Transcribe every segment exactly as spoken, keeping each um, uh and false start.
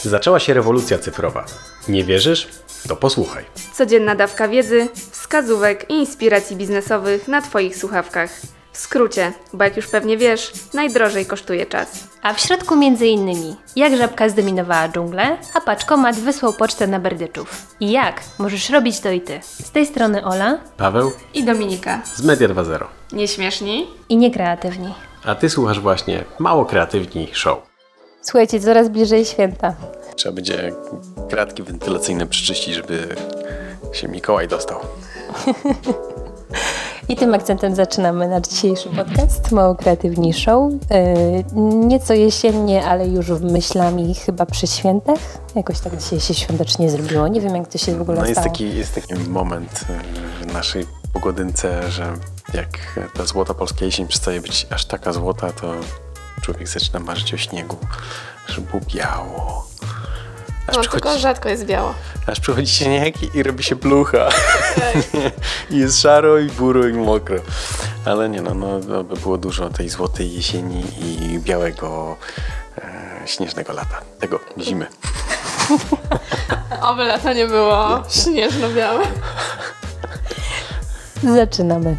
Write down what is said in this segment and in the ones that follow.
Zaczęła się rewolucja cyfrowa. Nie wierzysz? To posłuchaj. Codzienna dawka wiedzy, wskazówek i inspiracji biznesowych na Twoich słuchawkach. W skrócie, bo jak już pewnie wiesz, najdrożej kosztuje czas. A w środku między innymi, jak żabka zdominowała dżunglę, a paczkomat wysłał pocztę na berdyczów. I jak możesz robić to i ty. Z tej strony Ola, Paweł I Dominika. z Media dwa zero. Nieśmieszni? i niekreatywni. A ty słuchasz właśnie Mało Kreatywni Show. Słuchajcie, coraz bliżej święta. Trzeba będzie kratki wentylacyjne przyczyścić, żeby się Mikołaj dostał. I tym akcentem zaczynamy nasz dzisiejszy podcast Mało Kreatywni Show. Yy, nieco jesiennie, ale już myślami chyba przy świętach. Jakoś tak dzisiaj się świątecznie zrobiło. Nie wiem, jak to się w ogóle No jest stało. taki, jest taki moment w naszej pogodynce, że jak ta złota polska jesień przestaje być aż taka złota, to człowiek zaczyna marzyć o śniegu, żeby było biało. Aż No, przychodzi, tylko rzadko jest biało. aż przychodzi śnieg i, i robi się plucha. I jest szaro i buro i mokro. Ale nie no, no, no by było dużo tej złotej jesieni i białego e, śnieżnego lata. Tego, zimy. Oby lata nie było śnieżno-białe. Zaczynamy.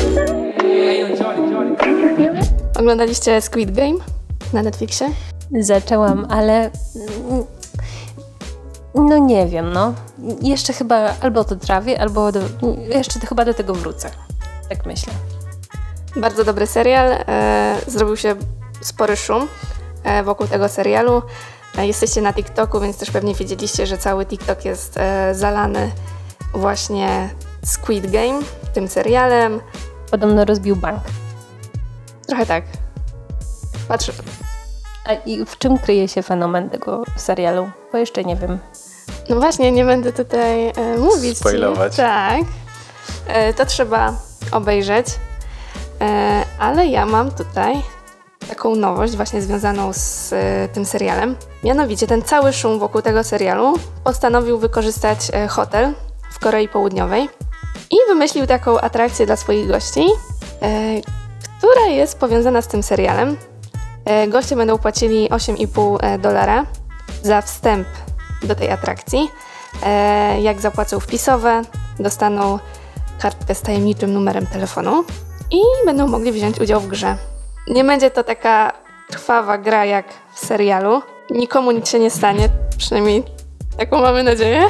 Oglądaliście Squid Game na Netflixie? Zaczęłam, ale mm, no nie wiem, no. Jeszcze chyba albo to trawię, albo do, jeszcze chyba do tego wrócę. Tak myślę. Bardzo dobry serial. E, zrobił się spory szum e, wokół tego serialu. E, jesteście na TikToku, więc też pewnie wiedzieliście, że cały TikTok jest e, zalany właśnie Squid Game, tym serialem. Podobno rozbił bank. Trochę tak. Patrzę. A i w czym kryje się fenomen tego serialu? Bo jeszcze nie wiem. No właśnie, nie będę tutaj e, mówić. Spoilować. Ci. Tak. E, to trzeba obejrzeć. E, ale ja mam tutaj taką nowość właśnie związaną z e, tym serialem. Mianowicie ten cały szum wokół tego serialu postanowił wykorzystać e, hotel w Korei Południowej i wymyślił taką atrakcję dla swoich gości, e, która jest powiązana z tym serialem. E, goście będą płacili osiem i pół dolara za wstęp do tej atrakcji. E, jak zapłacą wpisowe, dostaną kartkę z tajemniczym numerem telefonu i będą mogli wziąć udział w grze. Nie będzie to taka trwawa gra jak w serialu. Nikomu nic się nie stanie, przynajmniej taką mamy nadzieję.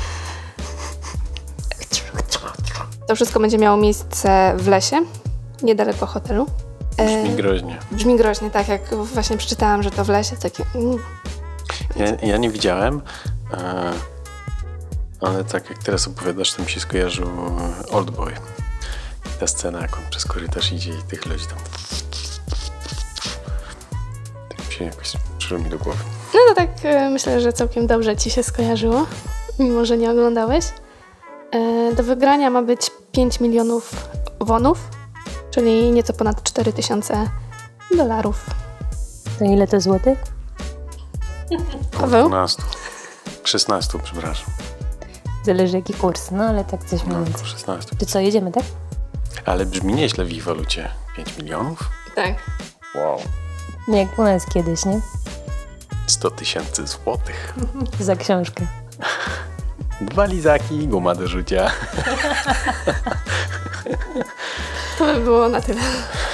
To wszystko będzie miało miejsce w lesie, niedaleko hotelu. E, Brzmi groźnie. Brzmi groźnie, tak jak właśnie przeczytałam, że to w lesie, takie... Mm. Ja, ja nie widziałem, e, ale tak jak teraz opowiadasz, to mi się skojarzył Oldboy. I ta scena, jak on przez korytarz idzie i tych ludzi tam... Tak mi się jakoś przyszło mi do głowy. No to tak e, myślę, że całkiem dobrze ci się skojarzyło, mimo że nie oglądałeś. E, do wygrania ma być pięć milionów wonów, czyli nieco ponad cztery tysiące dolarów. To ile to złotych? Paweł? dwanaście. szesnaście, przepraszam. Zależy jaki kurs, no ale tak coś mniej No, więcej. szesnaście. To co, jedziemy, tak? Ale brzmi nieźle w ich walucie. pięć milionów? Tak. Wow. Jak u nas kiedyś, nie? sto tysięcy złotych. Za książkę. Dwa lizaki i guma do rzucia. To by było na tyle.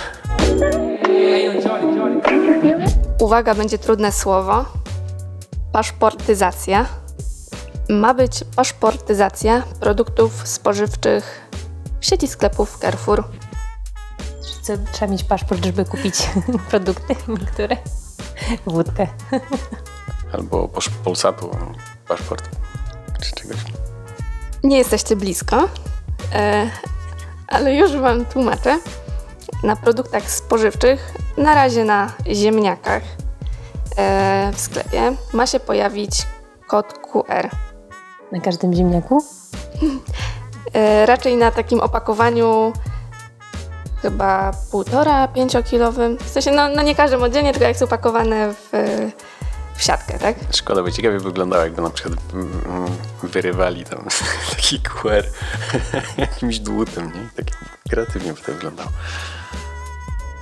Uwaga, będzie trudne słowo. Paszportyzacja. Ma być paszportyzacja produktów spożywczych w sieci sklepów Carrefour. Co, trzeba mieć paszport, żeby kupić produkty niektóre. Wódkę. Albo posz- Polsatu, paszport czy czegoś. Nie jesteście blisko, e, ale już wam tłumaczę. Na produktach spożywczych, na razie na ziemniakach e, w sklepie ma się pojawić kod Q R. Na każdym ziemniaku? E, raczej na takim opakowaniu chyba półtora, pięciokilowym. W sensie, no, no nie każdym oddzielnie, tylko jak są pakowane w, w siatkę, tak? Szkoda, by ciekawie wyglądało, jakby na przykład mm, wyrywali tam taki Q R jakimś dłutem, nie? Tak kreatywnie by to wyglądało.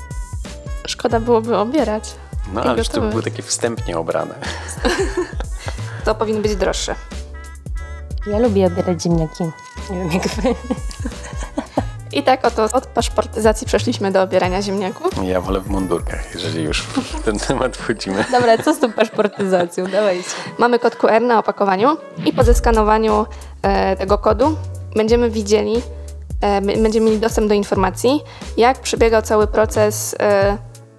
Szkoda byłoby obierać. No, ale to były takie wstępnie obrane. to powinno być droższe. Ja lubię obierać ziemniaki. Nie wiem jak wy. I tak oto od paszportyzacji przeszliśmy do obierania ziemniaków. Ja wolę w mundurkach, jeżeli już w ten temat wchodzimy. Dobra, co z tą paszportyzacją? Dawajcie. Mamy kod Q R na opakowaniu i po zeskanowaniu e, tego kodu będziemy widzieli, e, będziemy mieli dostęp do informacji, jak przebiegał cały proces e,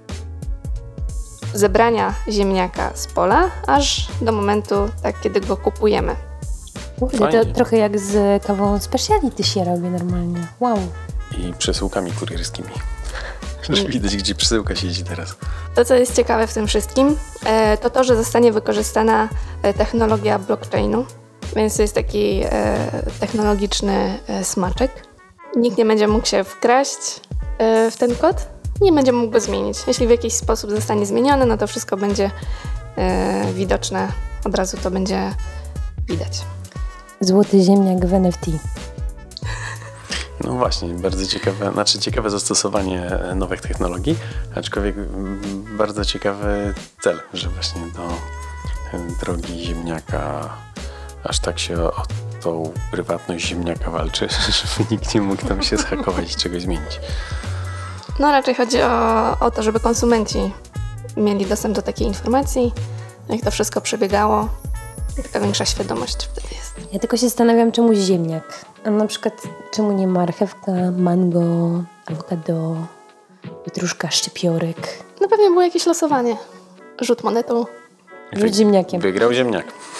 zebrania ziemniaka z pola, aż do momentu, tak, kiedy go kupujemy. Kurde, Fajnie. to trochę jak z kawą speciality się robi normalnie. Wow. I przesyłkami kurierskimi. Że widać, gdzie przesyłka siedzi teraz. To, co jest ciekawe w tym wszystkim, e, to to, że zostanie wykorzystana e, technologia blockchainu, więc to jest taki e, technologiczny e, smaczek. Nikt nie będzie mógł się wkraść e, w ten kod, nie będzie mógł go zmienić. Jeśli w jakiś sposób zostanie zmieniony, no to wszystko będzie e, widoczne, od razu to będzie widać. Złoty ziemniak w N F T. No właśnie, bardzo ciekawe, znaczy ciekawe zastosowanie nowych technologii, aczkolwiek bardzo ciekawy cel, że właśnie do drogi ziemniaka aż tak się o tą prywatność ziemniaka walczy, żeby nikt nie mógł tam się zhakować i czegoś zmienić. No raczej chodzi o, o to, żeby konsumenci mieli dostęp do takiej informacji, jak to wszystko przebiegało. Taka większa świadomość wtedy jest. Ja tylko się zastanawiam, czemu ziemniak? A na przykład czemu nie marchewka, mango, awokado, pietruszka, szczypiorek? No pewnie było jakieś losowanie. Rzut monetą. Rzuć ziemniakiem. Wygrał ziemniak.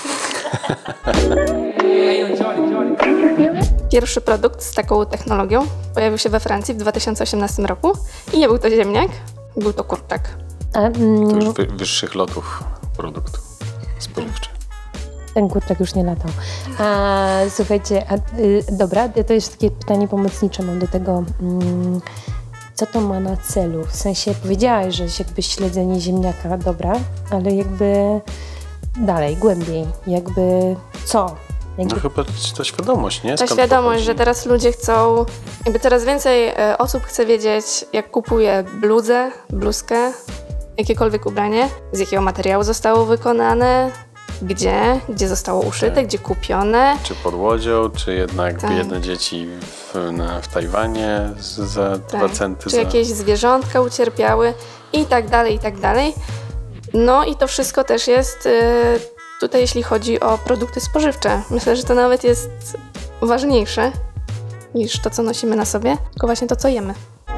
Pierwszy produkt z taką technologią pojawił się we Francji w dwa tysiące osiemnastym roku i nie był to ziemniak, był to kurczak. A, mm, To już wy, wyższych lotów produkt spożywczy. ten kurczak już nie latał. A, słuchajcie, a, y, dobra, to jest takie pytanie pomocnicze mam do tego. Mm, co to ma na celu? W sensie powiedziałaś, że jakby śledzenie ziemniaka, dobra, ale jakby dalej, głębiej, jakby co? Jakby... No chyba ta świadomość, nie? Ta Skąd świadomość, pochodzi? że teraz ludzie chcą, jakby coraz więcej e, osób chce wiedzieć, jak kupuje bluzę, bluzkę, jakiekolwiek ubranie, z jakiego materiału zostało wykonane, gdzie, gdzie zostało uszyte, Tak. gdzie kupione. Czy pod łodzią, czy jednak Tak. biedne dzieci w, na, w Tajwanie z, za Tak. dwa centy. Czy za... jakieś zwierzątka ucierpiały i tak dalej, i tak dalej. No i to wszystko też jest y, tutaj, jeśli chodzi o produkty spożywcze. Myślę, że to nawet jest ważniejsze niż to, co nosimy na sobie, tylko właśnie to, co jemy.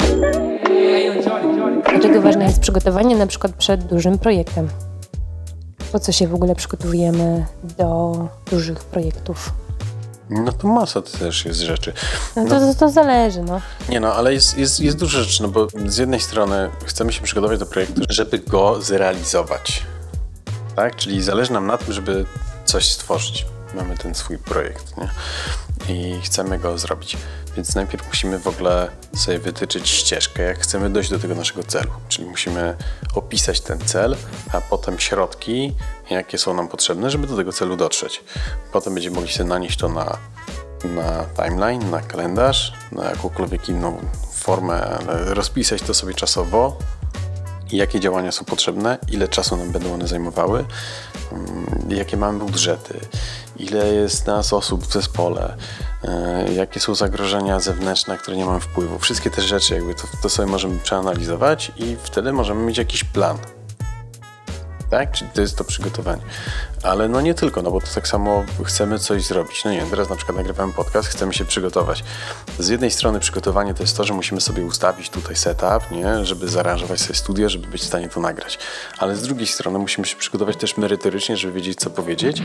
Dlaczego ważne jest przygotowanie na przykład przed dużym projektem? Po co się w ogóle przygotowujemy do dużych projektów? No to masa też jest rzeczy. No to, to, to zależy, no. Nie no, ale jest, jest, jest dużo rzeczy, no bo z jednej strony chcemy się przygotować do projektu, żeby go zrealizować, tak? Czyli zależy nam na tym, żeby coś stworzyć. Mamy ten swój projekt, nie? I chcemy go zrobić. Więc najpierw musimy w ogóle sobie wytyczyć ścieżkę, jak chcemy dojść do tego naszego celu. Czyli musimy opisać ten cel, a potem środki, jakie są nam potrzebne, żeby do tego celu dotrzeć. Potem będziemy mogli sobie nanieść to na, na timeline, na kalendarz, na jakąkolwiek inną formę, ale rozpisać to sobie czasowo, jakie działania są potrzebne, ile czasu nam będą one zajmowały, jakie mamy budżety, ile jest nas osób w zespole, jakie są zagrożenia zewnętrzne, na które nie mamy wpływu. Wszystkie te rzeczy jakby to, to sobie możemy przeanalizować i wtedy możemy mieć jakiś plan. Tak? Czyli to jest to przygotowanie. Ale no nie tylko, no bo to tak samo chcemy coś zrobić. No nie wiem, teraz na przykład nagrywamy podcast, chcemy się przygotować. Z jednej strony przygotowanie to jest to, że musimy sobie ustawić tutaj setup, nie? Żeby zaaranżować sobie studio, żeby być w stanie to nagrać. Ale z drugiej strony musimy się przygotować też merytorycznie, żeby wiedzieć, co powiedzieć.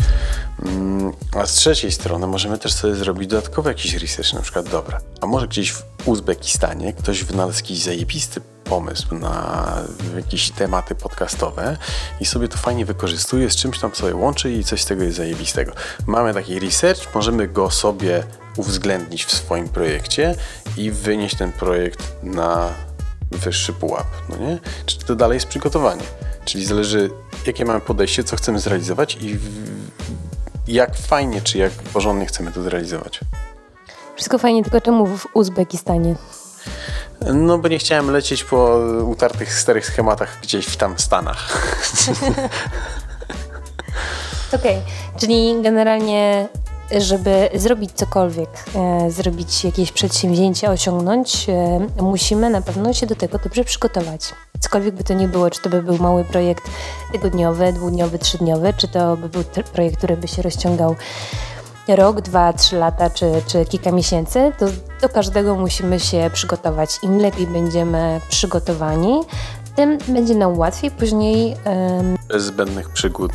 A z trzeciej strony możemy też sobie zrobić dodatkowy jakiś research, na przykład dobra, a może gdzieś w Uzbekistanie ktoś wynalazł jakiś zajebisty pomysł na jakieś tematy podcastowe i sobie to fajnie wykorzystuje, z czymś tam sobie łączy i coś z tego jest zajebistego. Mamy taki research, możemy go sobie uwzględnić w swoim projekcie i wynieść ten projekt na wyższy pułap, no nie? Czyli to dalej jest przygotowanie. Czyli zależy, jakie mamy podejście, co chcemy zrealizować i jak fajnie, czy jak porządnie chcemy to zrealizować. Wszystko fajnie, tylko czemu w Uzbekistanie? No, bo nie chciałem lecieć po utartych starych schematach gdzieś w tam Stanach. Okej, okay. Czyli generalnie, żeby zrobić cokolwiek, e, zrobić jakieś przedsięwzięcie, osiągnąć, e, musimy na pewno się do tego dobrze przygotować. Cokolwiek by to nie było, czy to by był mały projekt tygodniowy, dwudniowy, trzydniowy, czy to by był t- projekt, który by się rozciągał rok, dwa, trzy lata, czy, czy kilka miesięcy, to do każdego musimy się przygotować. Im lepiej będziemy przygotowani, tym będzie nam łatwiej później... Um... Bez zbędnych przygód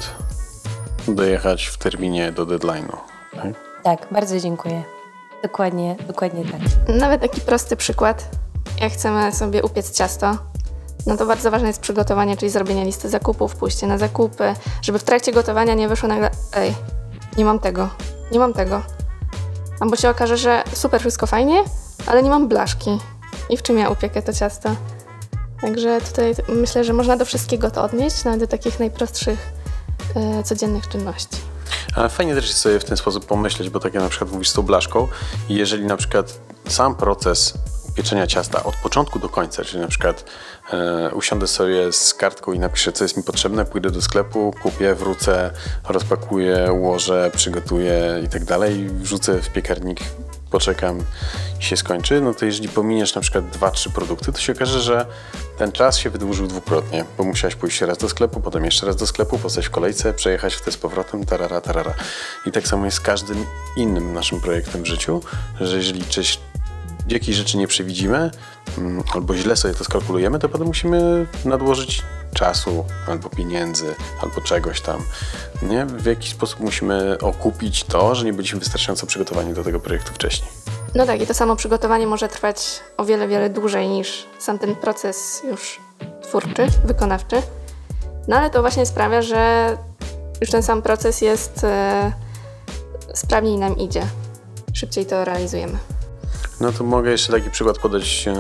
dojechać w terminie do deadline'u. Tak? Tak, bardzo dziękuję. Dokładnie, dokładnie tak. Nawet taki prosty przykład. Jak chcemy sobie upiec ciasto, no to bardzo ważne jest przygotowanie, czyli zrobienie listy zakupów, pójście na zakupy, żeby w trakcie gotowania nie wyszło nagle, ej, nie mam tego, nie mam tego. Albo się okaże, że super, wszystko fajnie, ale nie mam blaszki. I w czym ja upiekę to ciasto? Także tutaj myślę, że można do wszystkiego to odnieść, nawet do takich najprostszych e, codziennych czynności. Ale fajnie też jest sobie w ten sposób pomyśleć, bo tak jak na przykład mówisz z tą blaszką, i jeżeli na przykład sam proces pieczenia ciasta od początku do końca, czyli na przykład e, usiądę sobie z kartką i napiszę, co jest mi potrzebne, pójdę do sklepu, kupię, wrócę, rozpakuję, ułożę, przygotuję i tak dalej, wrzucę w piekarnik, poczekam i się skończy, no to jeżeli pominiesz na przykład dwa, trzy produkty, to się okaże, że ten czas się wydłużył dwukrotnie, bo musiałeś pójść raz do sklepu, potem jeszcze raz do sklepu, postać w kolejce, przejechać w te z powrotem, tarara, tarara. I tak samo jest z każdym innym naszym projektem w życiu, że jeżeli coś, jakiejś rzeczy nie przewidzimy, albo źle sobie to skalkulujemy, to potem musimy nadłożyć czasu, albo pieniędzy, albo czegoś tam. Nie? W jakiś sposób musimy okupić to, że nie byliśmy wystarczająco przygotowani do tego projektu wcześniej. No tak, i to samo przygotowanie może trwać o wiele, wiele dłużej niż sam ten proces już twórczy, wykonawczy. No ale to właśnie sprawia, że już ten sam proces jest e, sprawniej nam idzie. Szybciej to realizujemy. No to mogę jeszcze taki przykład podać e,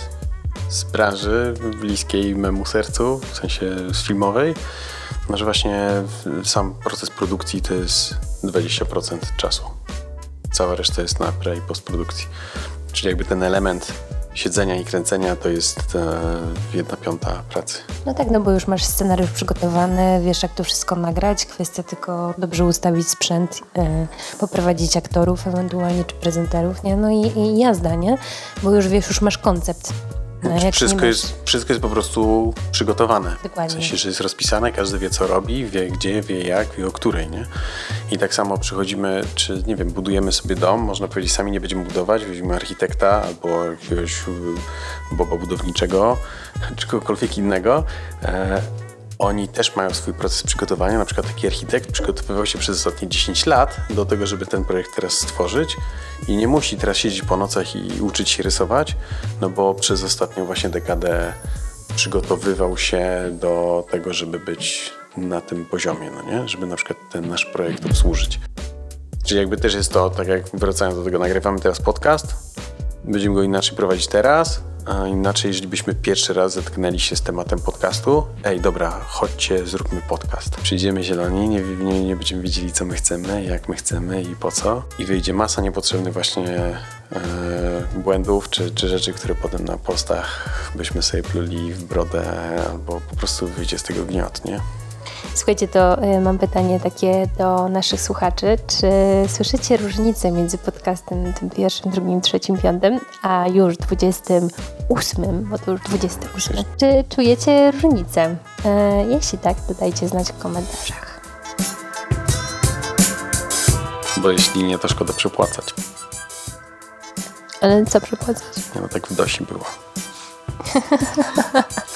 z branży bliskiej memu sercu, w sensie z filmowej, no, że właśnie sam proces produkcji to jest dwadzieścia procent czasu. Cała reszta jest na pre- i postprodukcji. Czyli jakby ten element siedzenia i kręcenia to jest e, jedna piąta pracy. No tak, no bo już masz scenariusz przygotowany, wiesz jak to wszystko nagrać, kwestia tylko dobrze ustawić sprzęt, e, poprowadzić aktorów ewentualnie, czy prezenterów, nie? No i, i jazda, nie? Bo już wiesz, już masz koncept. No, jak wszystko, masz... jest, wszystko jest po prostu przygotowane. Dokładnie. W sensie, że jest rozpisane, każdy wie co robi, wie gdzie, wie jak, wie o której, nie? I tak samo przychodzimy, czy nie wiem, budujemy sobie dom, można powiedzieć, sami nie będziemy budować, weźmiemy architekta albo jakiegoś boba budowniczego, czy kogokolwiek innego. E, Oni też mają swój proces przygotowania, na przykład taki architekt przygotowywał się przez ostatnie dziesięć lat do tego, żeby ten projekt teraz stworzyć i nie musi teraz siedzieć po nocach i uczyć się rysować, no bo przez ostatnią właśnie dekadę przygotowywał się do tego, żeby być na tym poziomie, no nie? Żeby na przykład ten nasz projekt obsłużyć. Czyli jakby też jest to, tak jak wracając do tego, nagrywamy teraz podcast, będziemy go inaczej prowadzić teraz, a inaczej, jeżeli byśmy pierwszy raz zetknęli się z tematem podcastu, ej, dobra, chodźcie, zróbmy podcast. Przyjdziemy zieloni, nie, nie, nie będziemy wiedzieli, co my chcemy, jak my chcemy i po co. I wyjdzie masa niepotrzebnych właśnie e, błędów, czy, czy rzeczy, które potem na postach byśmy sobie pluli w brodę, albo po prostu wyjdzie z tego gniot, nie? Słuchajcie, to y, mam pytanie takie do naszych słuchaczy. Czy słyszycie różnicę między podcastem tym pierwszym, drugim, trzecim, piątym, a już dwudziestym ósmym, bo to już dwudziesty ósmy. Czy czujecie różnicę? Y, jeśli tak, to dajcie znać w komentarzach. Bo jeśli nie, to szkoda przepłacać. Ale co przepłacać? No tak w dosi było.